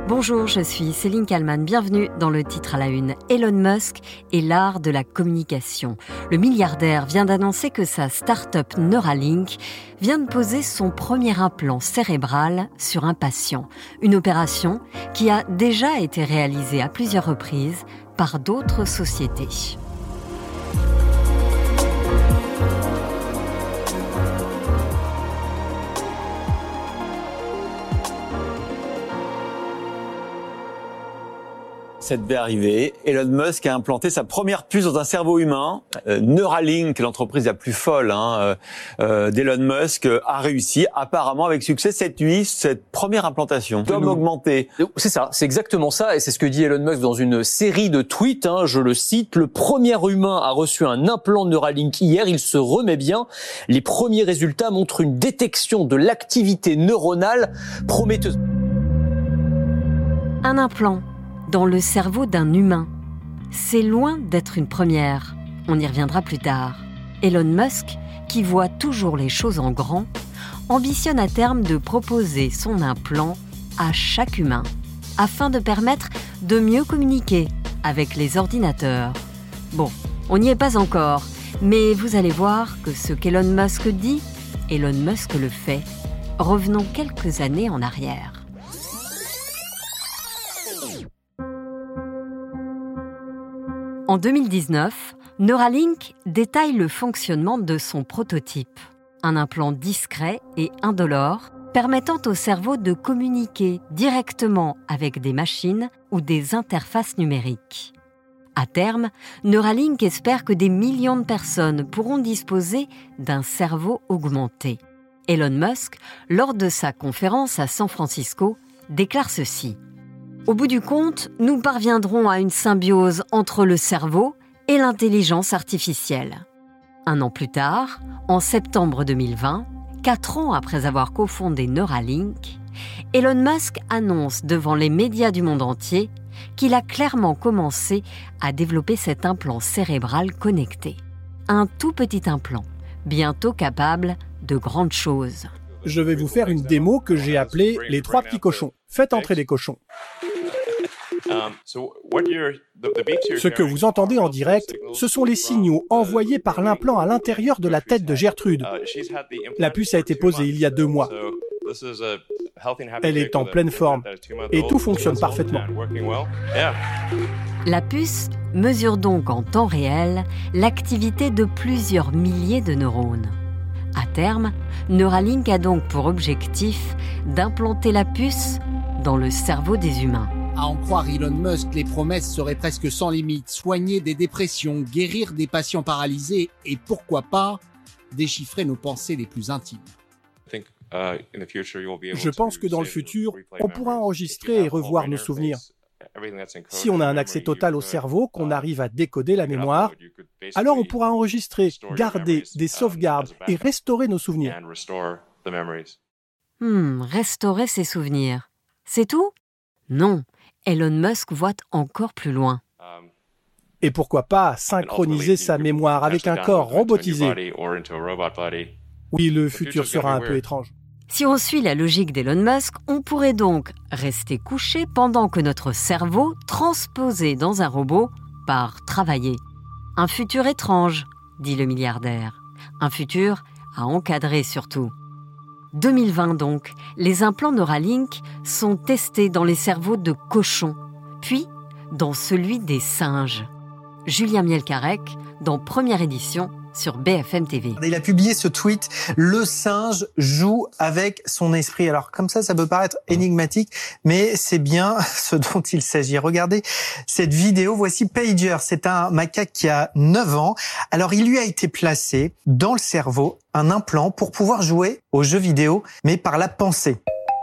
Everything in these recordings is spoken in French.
Bonjour, je suis Céline Kallmann. Bienvenue dans le titre à la une. Elon Musk et l'art de la communication. Le milliardaire vient d'annoncer que sa start-up Neuralink vient de poser son premier implant cérébral sur un patient. Une opération qui a déjà été réalisée à plusieurs reprises par d'autres sociétés. Ça devait arriver. Elon Musk a implanté sa première puce dans un cerveau humain. Neuralink, l'entreprise la plus folle d'Elon Musk, a réussi apparemment avec succès cette nuit, cette première implantation. D'homme augmenté. C'est ça, c'est exactement ça, et c'est ce que dit Elon Musk dans une série de tweets, je le cite. Le premier humain a reçu un implant Neuralink hier, il se remet bien. Les premiers résultats montrent une détection de l'activité neuronale prometteuse. Un implant dans le cerveau d'un humain. C'est loin d'être une première. On y reviendra plus tard. Elon Musk, qui voit toujours les choses en grand, ambitionne à terme de proposer son implant à chaque humain, afin de permettre de mieux communiquer avec les ordinateurs. Bon, on n'y est pas encore, mais vous allez voir que ce qu'Elon Musk dit, Elon Musk le fait. Revenons quelques années en arrière. En 2019, Neuralink détaille le fonctionnement de son prototype. Un implant discret et indolore permettant au cerveau de communiquer directement avec des machines ou des interfaces numériques. À terme, Neuralink espère que des millions de personnes pourront disposer d'un cerveau augmenté. Elon Musk, lors de sa conférence à San Francisco, déclare ceci. Au bout du compte, nous parviendrons à une symbiose entre le cerveau et l'intelligence artificielle. Un an plus tard, en septembre 2020, 4 ans après avoir cofondé Neuralink, Elon Musk annonce devant les médias du monde entier qu'il a clairement commencé à développer cet implant cérébral connecté. Un tout petit implant, bientôt capable de grandes choses. Je vais vous faire une démo que j'ai appelée « Les 3 petits cochons ». Faites entrer les cochons. Ce que vous entendez en direct, ce sont les signaux envoyés par l'implant à l'intérieur de la tête de Gertrude. La puce a été posée il y a 2 mois. Elle est en pleine forme et tout fonctionne parfaitement. La puce mesure donc en temps réel l'activité de plusieurs milliers de neurones. À terme, Neuralink a donc pour objectif d'implanter la puce dans le cerveau des humains. À en croire Elon Musk, les promesses seraient presque sans limite. Soigner des dépressions, guérir des patients paralysés et pourquoi pas déchiffrer nos pensées les plus intimes. Je pense que dans le futur, on pourra enregistrer et revoir nos souvenirs. Si on a un accès total au cerveau, qu'on arrive à décoder la mémoire, alors on pourra enregistrer, garder des sauvegardes et restaurer nos souvenirs. Restaurer ses souvenirs. C'est tout ? Non, Elon Musk voit encore plus loin. Et pourquoi pas synchroniser sa mémoire avec un corps robotisé ? Oui, le futur sera un peu étrange. Si on suit la logique d'Elon Musk, on pourrait donc rester couché pendant que notre cerveau, transposé dans un robot, part travailler. Un futur étrange, dit le milliardaire. Un futur à encadrer surtout. 2020 donc, les implants Neuralink sont testés dans les cerveaux de cochons, puis dans celui des singes. Julien Mielcarec, dans Première Édition sur BFM TV. Il a publié ce tweet, le singe joue avec son esprit. Alors comme ça peut paraître énigmatique, mais c'est bien ce dont il s'agit. Regardez cette vidéo, voici Pager, c'est un macaque qui a 9 ans. Alors il lui a été placé dans le cerveau un implant pour pouvoir jouer aux jeux vidéo, mais par la pensée.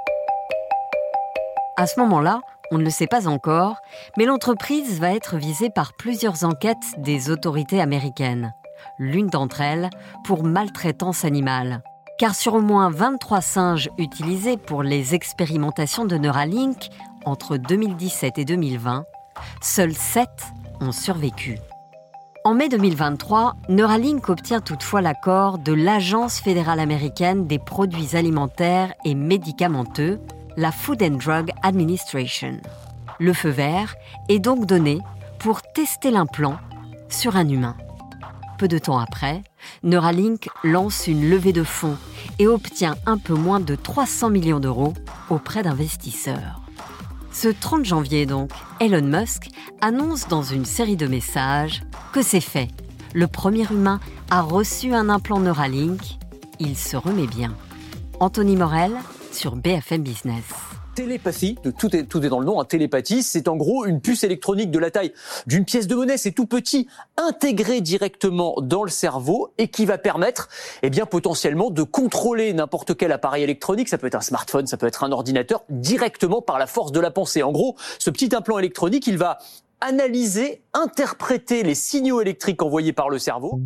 À ce moment-là, on ne le sait pas encore, mais l'entreprise va être visée par plusieurs enquêtes des autorités américaines. L'une d'entre elles pour maltraitance animale. Car sur au moins 23 singes utilisés pour les expérimentations de Neuralink entre 2017 et 2020, seuls 7 ont survécu. En mai 2023, Neuralink obtient toutefois l'accord de l'Agence fédérale américaine des produits alimentaires et médicamenteux, la Food and Drug Administration. Le feu vert est donc donné pour tester l'implant sur un humain. Peu de temps après, Neuralink lance une levée de fonds et obtient un peu moins de 300 millions d'euros auprès d'investisseurs. Ce 30 janvier donc, Elon Musk annonce dans une série de messages que c'est fait. Le premier humain a reçu un implant Neuralink. Il se remet bien. Anthony Morel sur BFM Business. Télépathie, tout est dans le nom, télépathie, c'est en gros une puce électronique de la taille d'une pièce de monnaie, c'est tout petit, intégré directement dans le cerveau et qui va permettre, potentiellement de contrôler n'importe quel appareil électronique, ça peut être un smartphone, ça peut être un ordinateur, directement par la force de la pensée. En gros, ce petit implant électronique, il va analyser, interpréter les signaux électriques envoyés par le cerveau.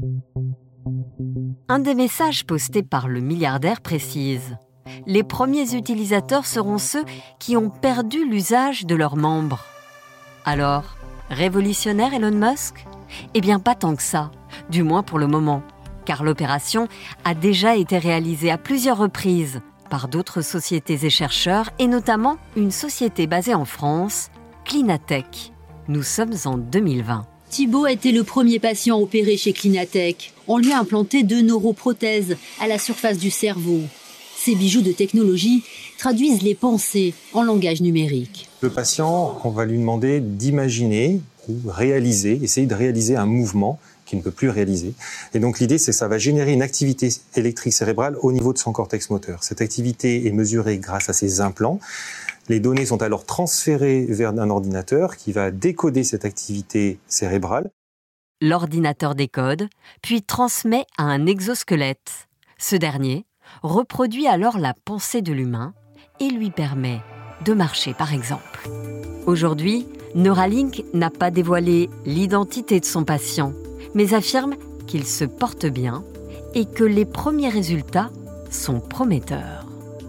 Un des messages postés par le milliardaire précise: les premiers utilisateurs seront ceux qui ont perdu l'usage de leurs membres. Alors, révolutionnaire Elon Musk ? Pas tant que ça, du moins pour le moment, car l'opération a déjà été réalisée à plusieurs reprises par d'autres sociétés et chercheurs, et notamment une société basée en France, Clinatech. Nous sommes en 2020. Thibaut a été le premier patient opéré chez Clinatech. On lui a implanté 2 neuroprothèses à la surface du cerveau. Ces bijoux de technologie traduisent les pensées en langage numérique. Le patient, on va lui demander d'imaginer ou essayer de réaliser un mouvement qu'il ne peut plus réaliser. Et donc l'idée, c'est que ça va générer une activité électrique cérébrale au niveau de son cortex moteur. Cette activité est mesurée grâce à ces implants. Les données sont alors transférées vers un ordinateur qui va décoder cette activité cérébrale. L'ordinateur décode, puis transmet à un exosquelette. Ce dernier reproduit alors la pensée de l'humain et lui permet de marcher, par exemple. Aujourd'hui, Neuralink n'a pas dévoilé l'identité de son patient, mais affirme qu'il se porte bien et que les premiers résultats sont prometteurs.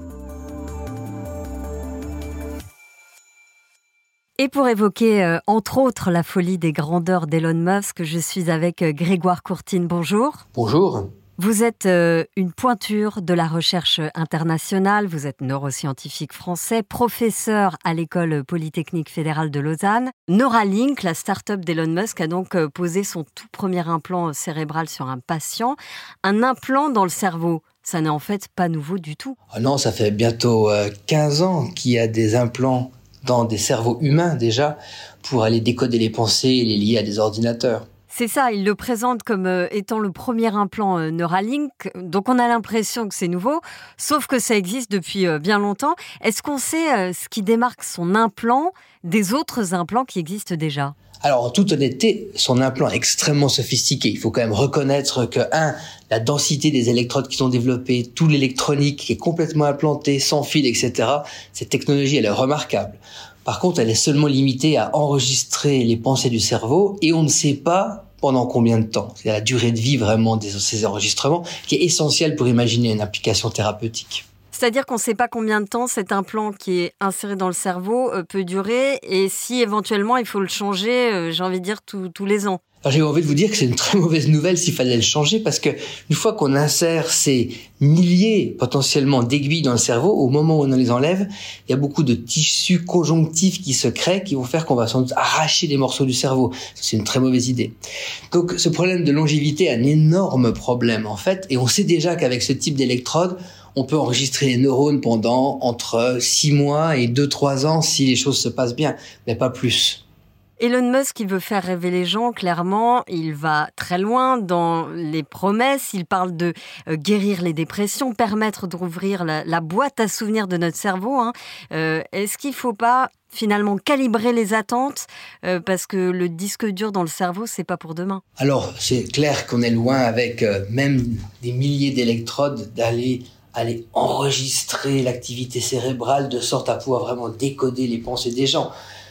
Et pour évoquer, entre autres, la folie des grandeurs d'Elon Musk, je suis avec Grégoire Courtine. Bonjour. Bonjour. Vous êtes une pointure de la recherche internationale, vous êtes neuroscientifique français, professeur à l'École Polytechnique Fédérale de Lausanne. Neuralink, la start-up d'Elon Musk, a donc posé son tout premier implant cérébral sur un patient. Un implant dans le cerveau, ça n'est en fait pas nouveau du tout. Oh non, ça fait bientôt 15 ans qu'il y a des implants dans des cerveaux humains déjà pour aller décoder les pensées et les lier à des ordinateurs. C'est ça, il le présente comme étant le premier implant Neuralink, donc on a l'impression que c'est nouveau, sauf que ça existe depuis bien longtemps. Est-ce qu'on sait ce qui démarque son implant des autres implants qui existent déjà ? Alors, en toute honnêteté, son implant est extrêmement sophistiqué. Il faut quand même reconnaître que, la densité des électrodes qui sont développées, tout l'électronique qui est complètement implantée, sans fil, etc., cette technologie, elle est remarquable. Par contre, elle est seulement limitée à enregistrer les pensées du cerveau et on ne sait pas pendant combien de temps. C'est la durée de vie vraiment de ces enregistrements qui est essentielle pour imaginer une application thérapeutique. C'est-à-dire qu'on ne sait pas combien de temps cet implant qui est inséré dans le cerveau peut durer et si éventuellement il faut le changer, j'ai envie de dire, tous les ans. Alors j'ai envie de vous dire que c'est une très mauvaise nouvelle s'il fallait le changer parce que une fois qu'on insère ces milliers potentiellement d'aiguilles dans le cerveau, au moment où on les enlève, il y a beaucoup de tissus conjonctifs qui se créent qui vont faire qu'on va sans doute arracher des morceaux du cerveau. C'est une très mauvaise idée. Donc ce problème de longévité est un énorme problème en fait et on sait déjà qu'avec ce type d'électrode, on peut enregistrer les neurones pendant entre 6 mois et 2-3 ans si les choses se passent bien, mais pas plus. Elon Musk, il veut faire rêver les gens, clairement, il va très loin dans les promesses, il parle de guérir les dépressions, permettre d'ouvrir la boîte à souvenirs de notre cerveau. Est-ce qu'il ne faut pas finalement calibrer les attentes parce que le disque dur dans le cerveau, c'est pas pour demain? Alors, c'est clair qu'on est loin avec même des milliers d'électrodes d'aller enregistrer l'activité cérébrale de sorte à pouvoir vraiment décoder les pensées des gens.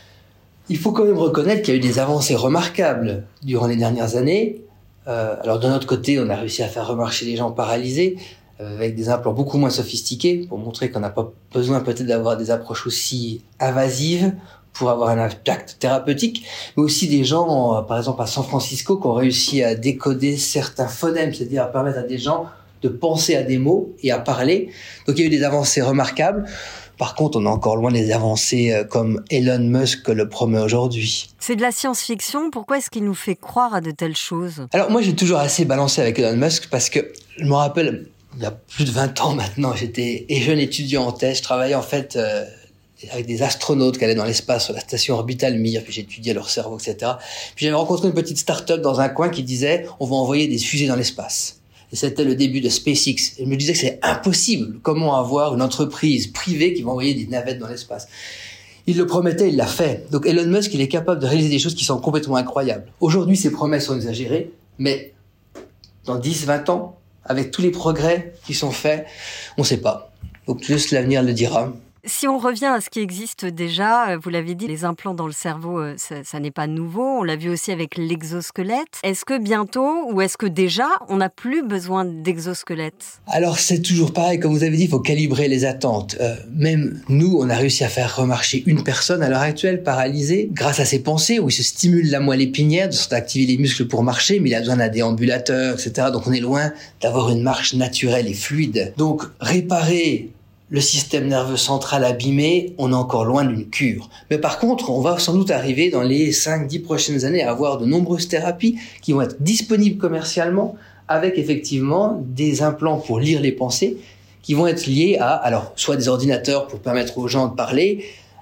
Il faut quand même reconnaître qu'il y a eu des avancées remarquables durant les dernières années. Alors de notre côté, on a réussi à faire remarcher les gens paralysés avec des implants beaucoup moins sophistiqués pour montrer qu'on n'a pas besoin peut-être d'avoir des approches aussi invasives pour avoir un impact thérapeutique, mais aussi des gens, par exemple à San Francisco, qui ont réussi à décoder certains phonèmes, c'est-à-dire à permettre à des gens de penser à des mots et à parler. Donc il y a eu des avancées remarquables. Par contre, on est encore loin des avancées comme Elon Musk le promet aujourd'hui. C'est de la science-fiction. Pourquoi est-ce qu'il nous fait croire à de telles choses? Alors moi, j'ai toujours assez balancé avec Elon Musk parce que je me rappelle, il y a plus de 20 ans maintenant, j'étais jeune étudiant en thèse. Je travaillais en fait avec des astronautes qui allaient dans l'espace sur la station orbitale Mir, puis j'étudiais leur cerveau, etc. Puis j'avais rencontré une petite start-up dans un coin qui disait « on va envoyer des fusées dans l'espace ». Et c'était le début de SpaceX. Et je me disais que c'est impossible. Comment avoir une entreprise privée qui va envoyer des navettes dans l'espace? Il le promettait, il l'a fait. Donc Elon Musk, il est capable de réaliser des choses qui sont complètement incroyables. Aujourd'hui, ses promesses sont exagérées, mais dans 10, 20 ans, avec tous les progrès qui sont faits, on ne sait pas. Donc juste l'avenir le dira. Si on revient à ce qui existe déjà, vous l'avez dit, les implants dans le cerveau, ça n'est pas nouveau. On l'a vu aussi avec l'exosquelette. Est-ce que bientôt, ou est-ce que déjà, on n'a plus besoin d'exosquelette? Alors c'est toujours pareil, comme vous avez dit, il faut calibrer les attentes. Même nous, on a réussi à faire remarcher une personne à l'heure actuelle paralysée grâce à ses pensées, où il se stimule la moelle épinière, de sorte à activer les muscles pour marcher, mais il a besoin d'un déambulateur, etc. Donc on est loin d'avoir une marche naturelle et fluide. Donc réparer le système nerveux central abîmé, on est encore loin d'une cure. Mais par contre, on va sans doute arriver dans les 5-10 prochaines années à avoir de nombreuses thérapies qui vont être disponibles commercialement avec effectivement des implants pour lire les pensées qui vont être liés à, alors, soit des ordinateurs pour permettre aux gens de parler,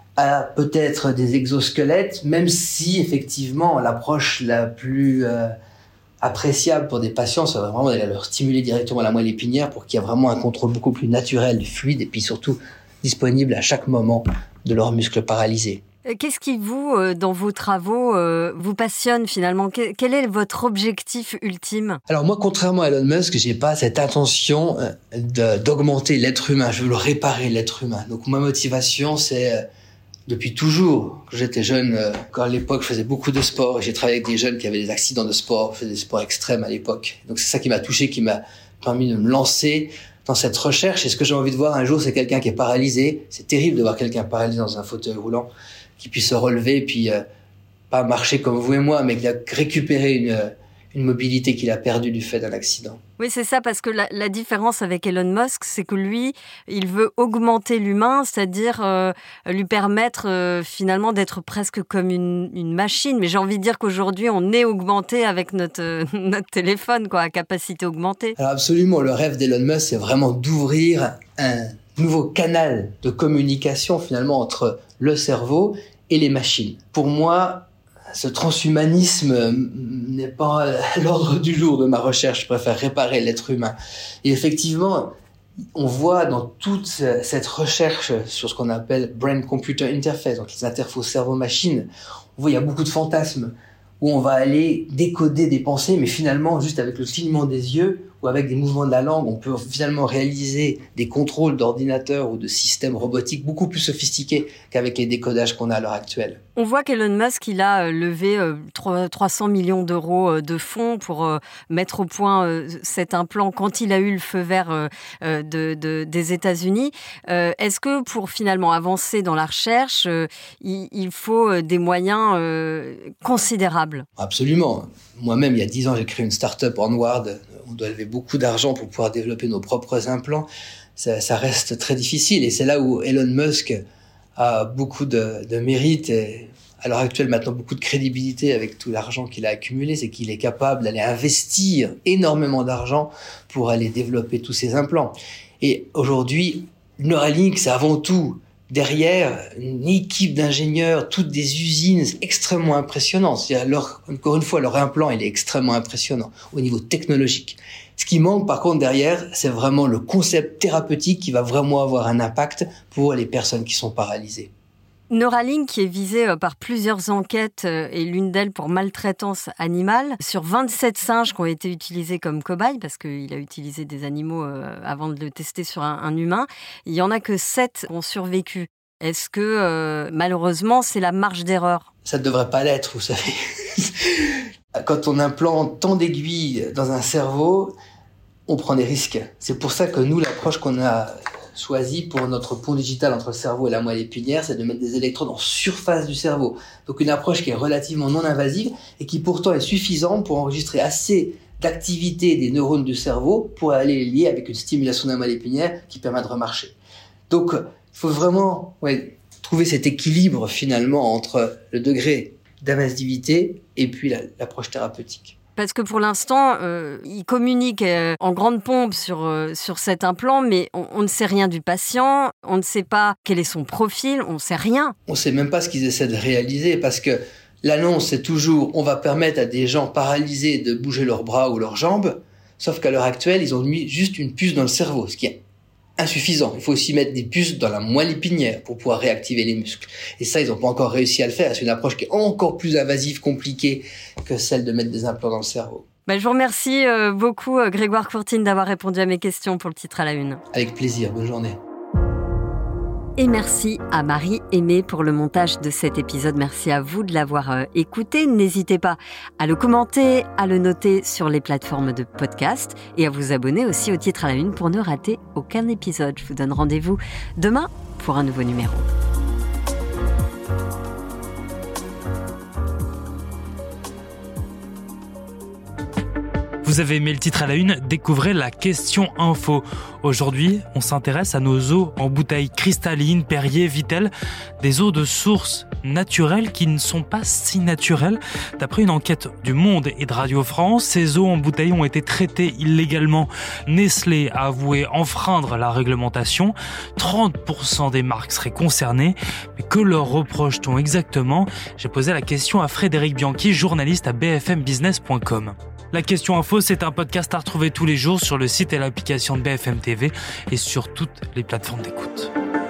à peut-être des exosquelettes, même si effectivement l'approche la plus appréciable pour des patients, ça va vraiment aller leur stimuler directement la moelle épinière pour qu'il y ait vraiment un contrôle beaucoup plus naturel, fluide et puis surtout disponible à chaque moment de leurs muscles paralysés. Qu'est-ce qui vous, dans vos travaux, vous passionne finalement? Quel est votre objectif ultime? Alors moi, contrairement à Elon Musk, j'ai pas cette intention d'augmenter l'être humain. Je veux le réparer, l'être humain. Donc ma motivation, c'est depuis toujours, quand j'étais jeune, quand à l'époque je faisais beaucoup de sport, j'ai travaillé avec des jeunes qui avaient des accidents de sport, je faisais des sports extrêmes à l'époque. Donc c'est ça qui m'a touché, qui m'a permis de me lancer dans cette recherche. Et ce que j'ai envie de voir un jour, c'est quelqu'un qui est paralysé. C'est terrible de voir quelqu'un paralysé dans un fauteuil roulant, qui puisse se relever, puis pas marcher comme vous et moi, mais qui a récupéré une mobilité qu'il a perdue du fait d'un accident. Oui, c'est ça, parce que la différence avec Elon Musk, c'est que lui, il veut augmenter l'humain, c'est-à-dire lui permettre finalement d'être presque comme une machine. Mais j'ai envie de dire qu'aujourd'hui, on est augmenté avec notre téléphone, quoi, à capacité augmentée. Alors absolument, le rêve d'Elon Musk, c'est vraiment d'ouvrir un nouveau canal de communication finalement entre le cerveau et les machines. Pour moi, ce transhumanisme n'est pas à l'ordre du jour de ma recherche. Je préfère réparer l'être humain. Et effectivement, on voit dans toute cette recherche sur ce qu'on appelle brain-computer interface, donc les interfaces cerveau-machine, on voit il y a beaucoup de fantasmes où on va aller décoder des pensées, mais finalement, juste avec le clignement des yeux ou avec des mouvements de la langue, on peut finalement réaliser des contrôles d'ordinateurs ou de systèmes robotiques beaucoup plus sophistiqués qu'avec les décodages qu'on a à l'heure actuelle. On voit qu'Elon Musk, il a levé 300 millions d'euros de fonds pour mettre au point cet implant quand il a eu le feu vert des États-Unis. Est-ce que pour finalement avancer dans la recherche, il faut des moyens considérables? Absolument. Moi-même, il y a 10 ans, j'ai créé une start-up Onward. On doit lever beaucoup d'argent pour pouvoir développer nos propres implants. Ça reste très difficile et c'est là où Elon Musk a beaucoup de mérite et à l'heure actuelle maintenant beaucoup de crédibilité avec tout l'argent qu'il a accumulé, c'est qu'il est capable d'aller investir énormément d'argent pour aller développer tous ces implants. Et aujourd'hui, Neuralink, c'est avant tout derrière une équipe d'ingénieurs, toutes des usines extrêmement impressionnantes. Encore une fois, leur implant, il est extrêmement impressionnant au niveau technologique. Ce qui manque par contre derrière, c'est vraiment le concept thérapeutique qui va vraiment avoir un impact pour les personnes qui sont paralysées. Neuralink, qui est visé par plusieurs enquêtes, et l'une d'elles pour maltraitance animale, sur 27 singes qui ont été utilisés comme cobayes, parce qu'il a utilisé des animaux avant de le tester sur un humain. Il n'y en a que 7 qui ont survécu. Est-ce que, malheureusement, c'est la marge d'erreur? Ça ne devrait pas l'être, vous savez. Quand on implante tant d'aiguilles dans un cerveau, on prend des risques. C'est pour ça que nous, l'approche qu'on a choisi pour notre pont digital entre le cerveau et la moelle épinière, c'est de mettre des électrodes en surface du cerveau. Donc une approche qui est relativement non invasive et qui pourtant est suffisante pour enregistrer assez d'activité des neurones du cerveau pour aller les lier avec une stimulation de la moelle épinière qui permet de remarcher. Donc faut vraiment trouver cet équilibre finalement entre le degré d'invasivité et puis l'approche thérapeutique. Parce que pour l'instant, il communique en grande pompe sur cet implant, mais on ne sait rien du patient, on ne sait pas quel est son profil, on ne sait rien. On ne sait même pas ce qu'ils essaient de réaliser, parce que l'annonce, c'est toujours on va permettre à des gens paralysés de bouger leurs bras ou leurs jambes, sauf qu'à l'heure actuelle, ils ont mis juste une puce dans le cerveau, ce qui est insuffisant. Il faut aussi mettre des puces dans la moelle épinière pour pouvoir réactiver les muscles. Et ça, ils n'ont pas encore réussi à le faire. C'est une approche qui est encore plus invasive, compliquée que celle de mettre des implants dans le cerveau. Je vous remercie beaucoup, Grégoire Courtine, d'avoir répondu à mes questions pour le titre à la une. Avec plaisir. Bonne journée. Et merci à Marie Aimé pour le montage de cet épisode. Merci à vous de l'avoir écouté. N'hésitez pas à le commenter, à le noter sur les plateformes de podcast et à vous abonner aussi au titre à la une pour ne rater aucun épisode. Je vous donne rendez-vous demain pour un nouveau numéro. Vous avez aimé le titre à la une, découvrez la question info. Aujourd'hui, on s'intéresse à nos eaux en bouteilles cristalline, Perrier, Vittel, des eaux de source naturelles qui ne sont pas si naturelles. D'après une enquête du Monde et de Radio France, ces eaux en bouteille ont été traitées illégalement. Nestlé a avoué enfreindre la réglementation. 30% des marques seraient concernées. Mais que leur reproche-t-on exactement ? J'ai posé la question à Frédéric Bianchi, journaliste à bfmbusiness.com. La question info, c'est un podcast à retrouver tous les jours sur le site et l'application de BFM TV et sur toutes les plateformes d'écoute.